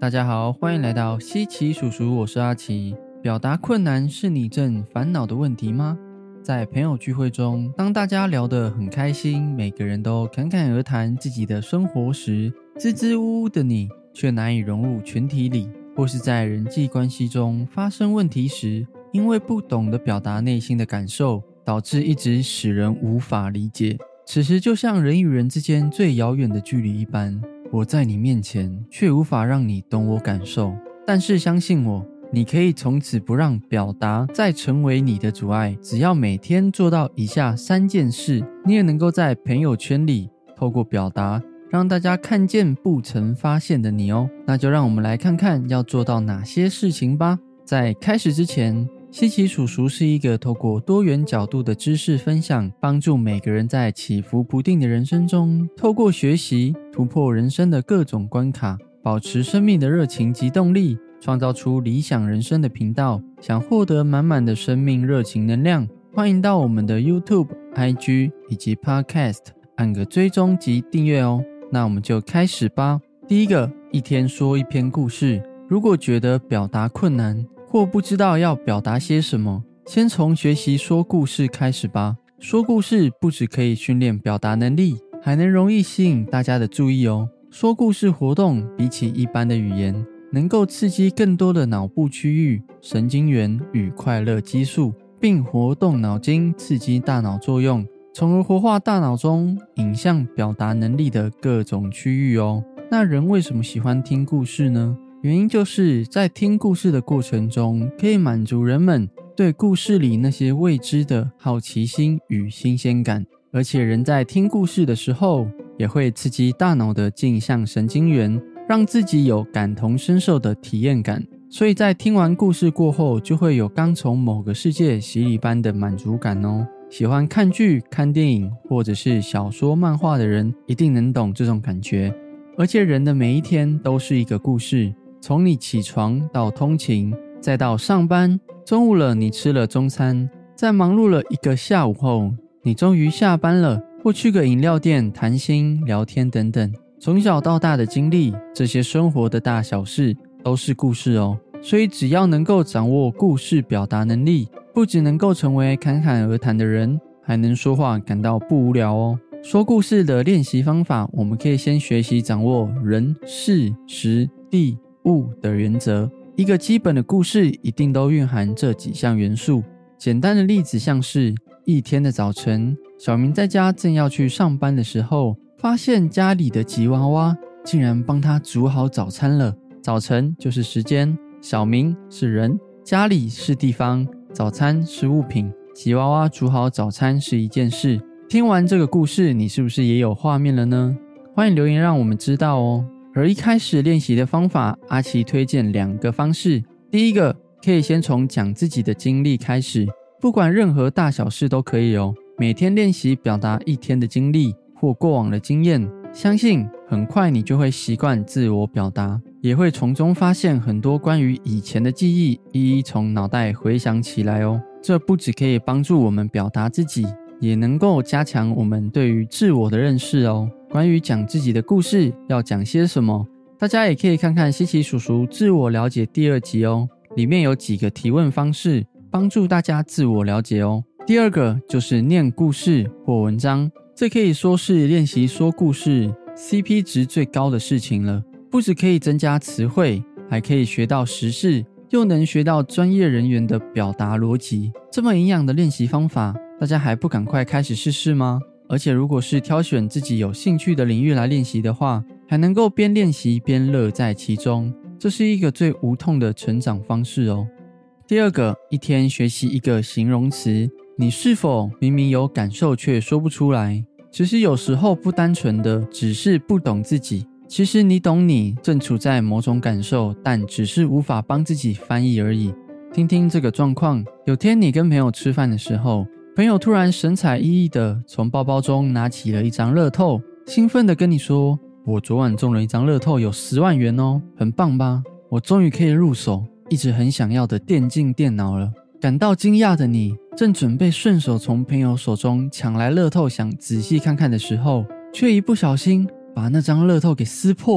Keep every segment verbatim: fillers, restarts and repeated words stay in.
大家好，欢迎来到西奇叔叔，我是阿奇。表达困难是你正烦恼的问题吗？在朋友聚会中，当大家聊得很开心，每个人都侃侃而谈自己的生活时，支支吾吾的你却难以融入群体里，或是在人际关系中发生问题时，因为不懂得表达内心的感受，导致一直使人无法理解。此时就像人与人之间最遥远的距离一般，我在你面前却无法让你懂我感受，但是相信我，你可以从此不让表达再成为你的阻碍。只要每天做到以下三件事，你也能够在朋友圈里透过表达让大家看见不曾发现的你哦。那就让我们来看看要做到哪些事情吧。在开始之前，西奇叔叔是一个透过多元角度的知识分享，帮助每个人在起伏不定的人生中，透过学习突破人生的各种关卡，保持生命的热情及动力，创造出理想人生的频道。想获得满满的生命热情能量，欢迎到我们的 YouTube、I G 以及 Podcast 按个追踪及订阅哦。那我们就开始吧。第一个，一天说一篇故事。如果觉得表达困难，或不知道要表达些什么，先从学习说故事开始吧。说故事不只可以训练表达能力，还能容易吸引大家的注意哦。说故事活动比起一般的语言，能够刺激更多的脑部区域、神经元与快乐激素，并活动脑筋，刺激大脑作用，从而活化大脑中影像表达能力的各种区域哦。那人为什么喜欢听故事呢？原因就是在听故事的过程中，可以满足人们对故事里那些未知的好奇心与新鲜感，而且人在听故事的时候，也会刺激大脑的镜像神经元，让自己有感同身受的体验感，所以在听完故事过后，就会有刚从某个世界洗礼般的满足感哦。喜欢看剧、看电影或者是小说、漫画的人，一定能懂这种感觉。而且人的每一天都是一个故事，从你起床到通勤，再到上班，中午了你吃了中餐，在忙碌了一个下午后，你终于下班了，或去个饮料店谈心聊天等等。从小到大的经历，这些生活的大小事都是故事哦。所以只要能够掌握故事表达能力，不只能够成为侃侃而谈的人，还能说话感到不无聊哦。说故事的练习方法，我们可以先学习掌握人、事、时、地、物的原则。一个基本的故事一定都蕴含这几项元素。简单的例子像是一天的早晨，小明在家正要去上班的时候，发现家里的吉娃娃竟然帮他煮好早餐了。早晨就是时间，小明是人，家里是地方，早餐是物品，吉娃娃煮好早餐是一件事。听完这个故事，你是不是也有画面了呢？欢迎留言让我们知道哦。而一开始练习的方法，阿奇推荐两个方式。第一个，可以先从讲自己的经历开始，不管任何大小事都可以哦。每天练习表达一天的经历或过往的经验，相信很快你就会习惯自我表达，也会从中发现很多关于以前的记忆，一一从脑袋回想起来哦。这不只可以帮助我们表达自己，也能够加强我们对于自我的认识哦。关于讲自己的故事要讲些什么，大家也可以看看西奇叔叔自我了解第二集哦，里面有几个提问方式帮助大家自我了解哦。第二个就是念故事或文章，这可以说是练习说故事 C P 值最高的事情了。不只可以增加词汇，还可以学到时事，又能学到专业人员的表达逻辑。这么营养的练习方法，大家还不赶快开始试试吗？而且如果是挑选自己有兴趣的领域来练习的话，还能够边练习边乐在其中，这是一个最无痛的成长方式哦。第二个，一天学习一个形容词。你是否明明有感受却说不出来？其实有时候不单纯的只是不懂自己，其实你懂你正处在某种感受，但只是无法帮自己翻译而已。听听这个状况，有天你跟朋友吃饭的时候，朋友突然神采奕奕的从包包中拿起了一张乐透，兴奋的跟你说，我昨晚中了一张乐透，有十万元哦，很棒吧？我终于可以入手一直很想要的电竞电脑了。感到惊讶的你，正准备顺手从朋友手中抢来乐透，想仔细看看的时候，却一不小心把那张乐透给撕破了，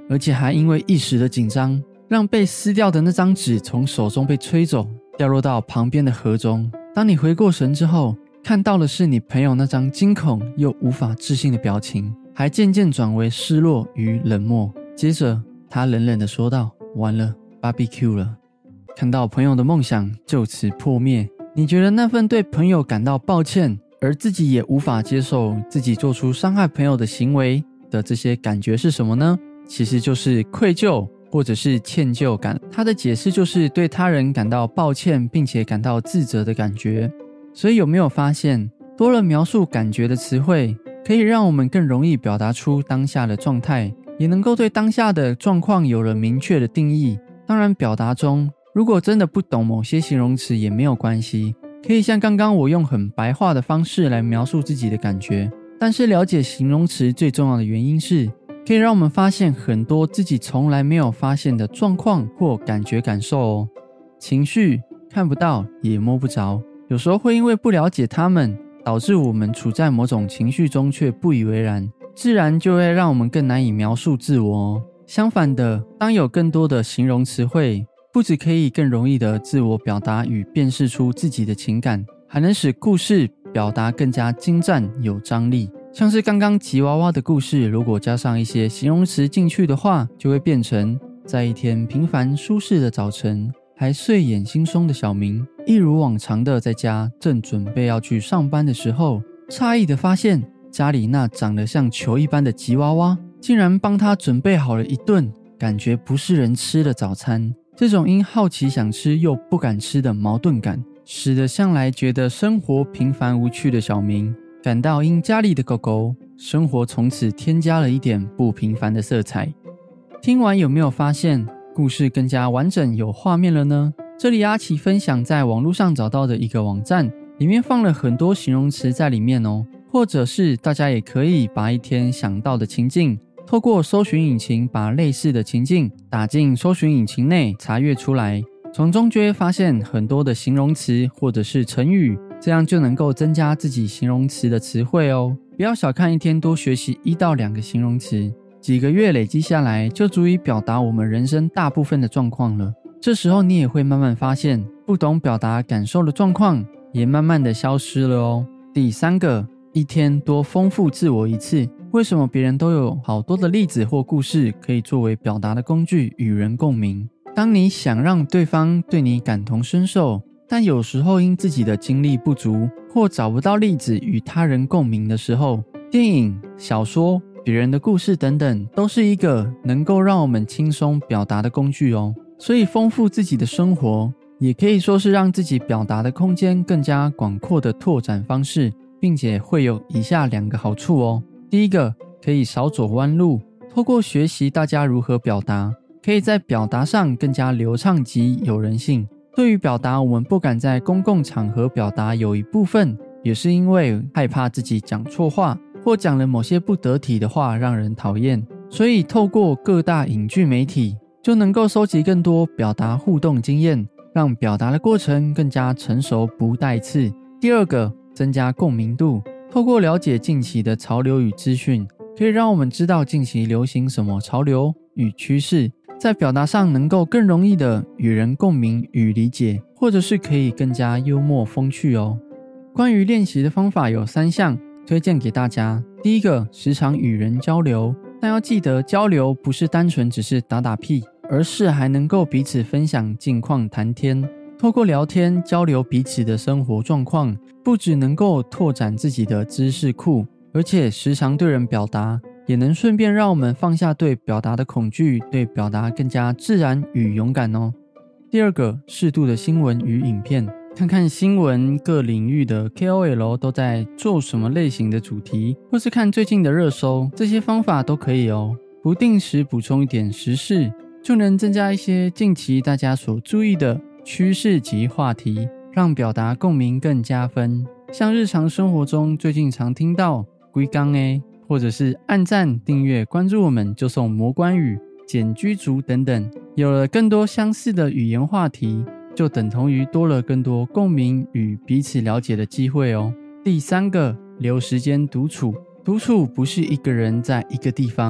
而且还因为一时的紧张，让被撕掉的那张纸从手中被吹走，掉落到旁边的河中。当你回过神之后，看到的是你朋友那张惊恐又无法置信的表情，还渐渐转为失落与冷漠。接着他冷冷地说道：完了 barbecue 了。看到朋友的梦想就此破灭，你觉得那份对朋友感到抱歉，而自己也无法接受自己做出伤害朋友的行为的这些感觉是什么呢？其实就是愧疚或者是歉疚感。他的解释就是对他人感到抱歉并且感到自责的感觉。所以有没有发现，多了描述感觉的词汇，可以让我们更容易表达出当下的状态，也能够对当下的状况有了明确的定义。当然表达中如果真的不懂某些形容词也没有关系，可以像刚刚我用很白话的方式来描述自己的感觉。但是了解形容词最重要的原因是，可以让我们发现很多自己从来没有发现的状况或感觉感受哦。情绪看不到也摸不着，有时候会因为不了解它们，导致我们处在某种情绪中却不以为然，自然就会让我们更难以描述自我哦。相反的，当有更多的形容词汇，不只可以更容易的自我表达与辨识出自己的情感，还能使故事表达更加精湛有张力。像是刚刚吉娃娃的故事，如果加上一些形容词进去的话，就会变成在一天平凡舒适的早晨，还睡眼惺忪的小明一如往常的在家正准备要去上班的时候，诧异的发现家里那长得像球一般的吉娃娃竟然帮他准备好了一顿感觉不是人吃的早餐。这种因好奇想吃又不敢吃的矛盾感，使得向来觉得生活平凡无趣的小明感到因家里的狗狗，生活从此添加了一点不平凡的色彩。听完有没有发现故事更加完整有画面了呢？这里阿奇分享在网络上找到的一个网站，里面放了很多形容词在里面哦。或者是大家也可以把一天想到的情境，透过搜寻引擎把类似的情境打进搜寻引擎内查阅出来，从中就会发现很多的形容词或者是成语，这样就能够增加自己形容词的词汇哦。不要小看一天多学习一到两个形容词，几个月累积下来就足以表达我们人生大部分的状况了。这时候你也会慢慢发现，不懂表达感受的状况也慢慢的消失了哦。第三个，一天多丰富自我一次。为什么别人都有好多的例子或故事可以作为表达的工具与人共鸣？当你想让对方对你感同身受，但有时候因自己的经历不足或找不到例子与他人共鸣的时候，电影、小说、别人的故事等等都是一个能够让我们轻松表达的工具哦。所以丰富自己的生活也可以说是让自己表达的空间更加广阔的拓展方式，并且会有以下两个好处哦。第一个，可以少走弯路，透过学习大家如何表达，可以在表达上更加流畅及有人性。对于表达，我们不敢在公共场合表达，有一部分也是因为害怕自己讲错话，或讲了某些不得体的话让人讨厌，所以透过各大影剧媒体就能够收集更多表达互动经验，让表达的过程更加成熟不带刺。第二个，增加共鸣度，透过了解近期的潮流与资讯，可以让我们知道近期流行什么潮流与趋势，在表达上能够更容易的与人共鸣与理解，或者是可以更加幽默风趣哦。关于练习的方法有三项，推荐给大家。第一个，时常与人交流，但要记得交流不是单纯只是打打屁，而是还能够彼此分享近况谈天。透过聊天交流彼此的生活状况，不只能够拓展自己的知识库，而且时常对人表达，也能顺便让我们放下对表达的恐惧，对表达更加自然与勇敢哦。第二个，适度的新闻与影片，看看新闻各领域的 K O L 都在做什么类型的主题，或是看最近的热搜，这些方法都可以哦。不定时补充一点时事，就能增加一些近期大家所注意的趋势及话题，让表达共鸣更加分。像日常生活中最近常听到龟缸诶，或者是按赞、订阅、关注我们就送魔关羽、简居族等等，有了更多相似的语言话题，就等同于多了更多共鸣与彼此了解的机会哦。第三个，留时间独处。独处不是一个人在一个地方，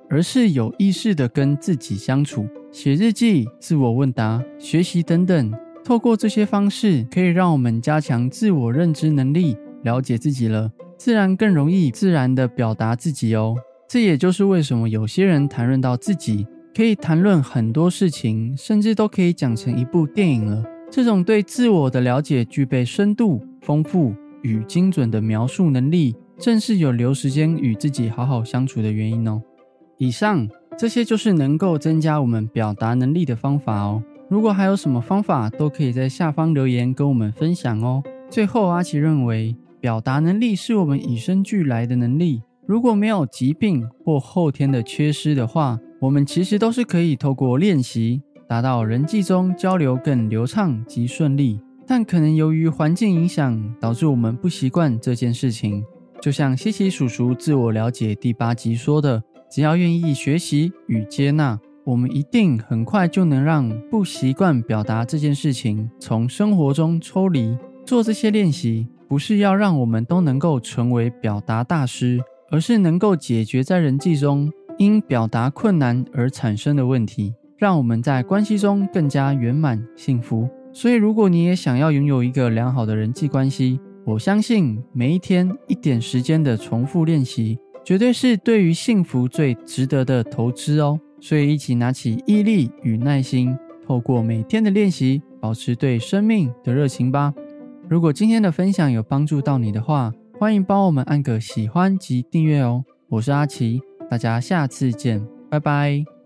而是有意识地跟自己相处，写日记、自我问答、学习等等。透过这些方式，可以让我们加强自我认知能力，了解自己了，自然更容易自然地表达自己哦。这也就是为什么有些人谈论到自己，可以谈论很多事情，甚至都可以讲成一部电影了。这种对自我的了解具备深度、丰富与精准的描述能力，正是有留时间与自己好好相处的原因哦。以上这些就是能够增加我们表达能力的方法哦。如果还有什么方法，都可以在下方留言跟我们分享哦。最后，阿奇认为，表达能力是我们与生俱来的能力，如果没有疾病或后天的缺失的话，我们其实都是可以透过练习，达到人际中交流更流畅及顺利。但可能由于环境影响，导致我们不习惯这件事情。就像西奇叔叔自我了解第八集说的，只要愿意学习与接纳，我们一定很快就能让不习惯表达这件事情从生活中抽离。做这些练习，不是要让我们都能够成为表达大师，而是能够解决在人际中因表达困难而产生的问题，让我们在关系中更加圆满幸福。所以如果你也想要拥有一个良好的人际关系，我相信每一天一点时间的重复练习，绝对是对于幸福最值得的投资哦。所以一起拿起毅力与耐心，透过每天的练习，保持对生命的热情吧。如果今天的分享有帮助到你的话，欢迎帮我们按个喜欢及订阅哦。我是阿奇，大家下次见，拜拜。